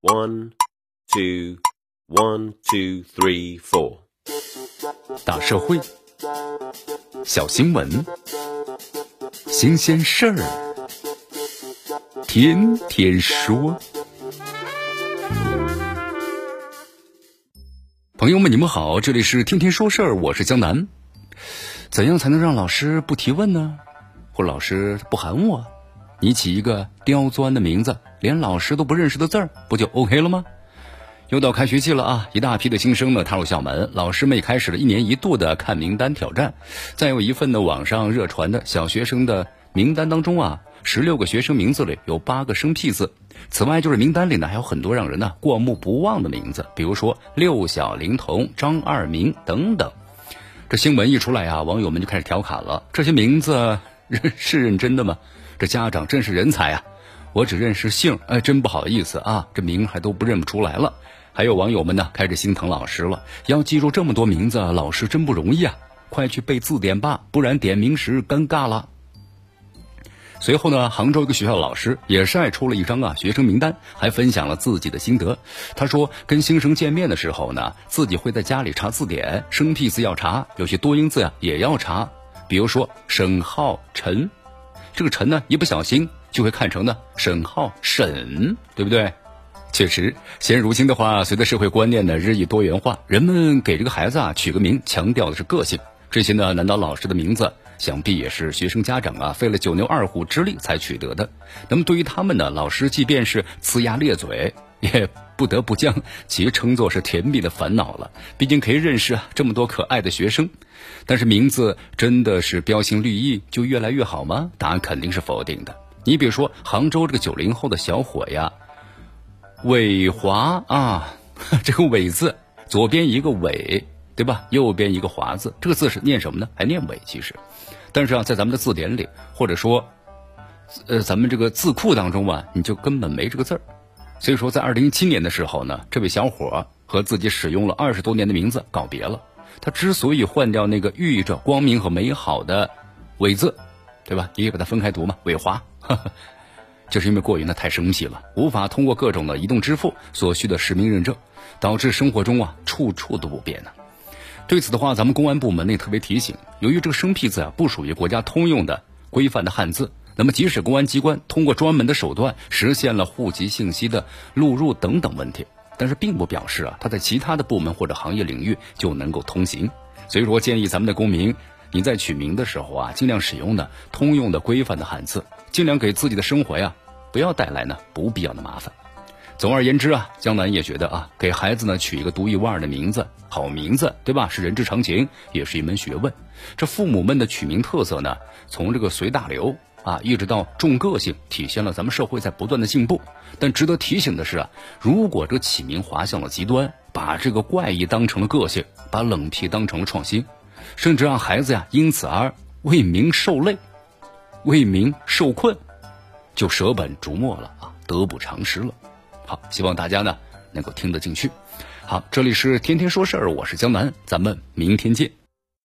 One, two, 1, 2, 3, 4。 大社会，小新闻，新鲜事儿，天天说。朋友们，你们好，这里是天天说事儿，我是江南。怎样才能让老师不提问呢？或老师不喊我？你起一个刁钻的名字，连老师都不认识的字儿，不就 OK 了吗？又到开学季了啊，一大批的新生呢踏入校门，老师们也开始了1年1度的看名单挑战。再有一份呢网上热传的小学生的名单当中啊，16个学生名字里有8个生僻字。此外就是名单里呢还有很多让人呢过目不忘的名字，比如说6小龄童、张二明等等。这新闻一出来啊，网友们就开始调侃了，这些名字是认真的吗？这家长真是人才啊！我只认识姓，真不好意思啊，这名还都不认不出来了。还有网友们呢开始心疼老师了，要记住这么多名字，老师真不容易啊，快去背字典吧，不然点名时尴尬了。随后呢，杭州一个学校的老师也晒出了一张学生名单，还分享了自己的心得。他说跟新生见面的时候呢，自己会在家里查字典，生僻字要查，有些多音字也要查，比如说沈浩陈，这个陈呢一不小心就会看成呢沈浩沈，对不对？确实，现如今的话，随着社会观念的日益多元化，人们给这个孩子取个名，强调的是个性。这些呢，难道老师的名字想必也是学生家长费了9牛2虎之力才取得的？那么对于他们呢，老师即便是呲牙咧嘴，也不得不将其称作是甜蜜的烦恼了。毕竟可以认识这么多可爱的学生。但是名字真的是标新立异就越来越好吗？答案肯定是否定的。你比如说杭州这个90后的小伙呀，伟华这个伟字左边一个伟，对吧？右边一个华字，这个字是念什么呢？还念伟其实。但是在咱们的字典里，或者说咱们这个字库当中你就根本没这个字儿。所以说在2017年的时候呢，这位小伙和自己使用了20多年的名字告别了。他之所以换掉那个寓意着光明和美好的伟字，对吧？你可以把它分开读嘛，伟华就是因为过于太生僻了，无法通过各种的移动支付所需的实名认证，导致生活中处处都不便呢。对此的话，咱们公安部门也特别提醒，由于这个生僻字不属于国家通用的规范的汉字，那么即使公安机关通过专门的手段实现了户籍信息的录入等等问题，但是并不表示它在其他的部门或者行业领域就能够通行。所以说建议咱们的公民，你在取名的时候尽量使用的通用的规范的汉字，尽量给自己的生活不要带来不必要的麻烦。总而言之江南也觉得给孩子呢取一个独一无二的名字，好名字，对吧？是人之常情，也是一门学问。这父母们的取名特色呢，从这个随大流一直到重个性，体现了咱们社会在不断的进步。但值得提醒的是如果这个起名滑向了极端，把这个怪异当成了个性，把冷僻当成了创新，甚至让孩子因此而为名受累，为名受困，就舍本逐末了得不偿失了。好，希望大家呢能够听得进去。好，这里是天天说事儿，我是江南，咱们明天见。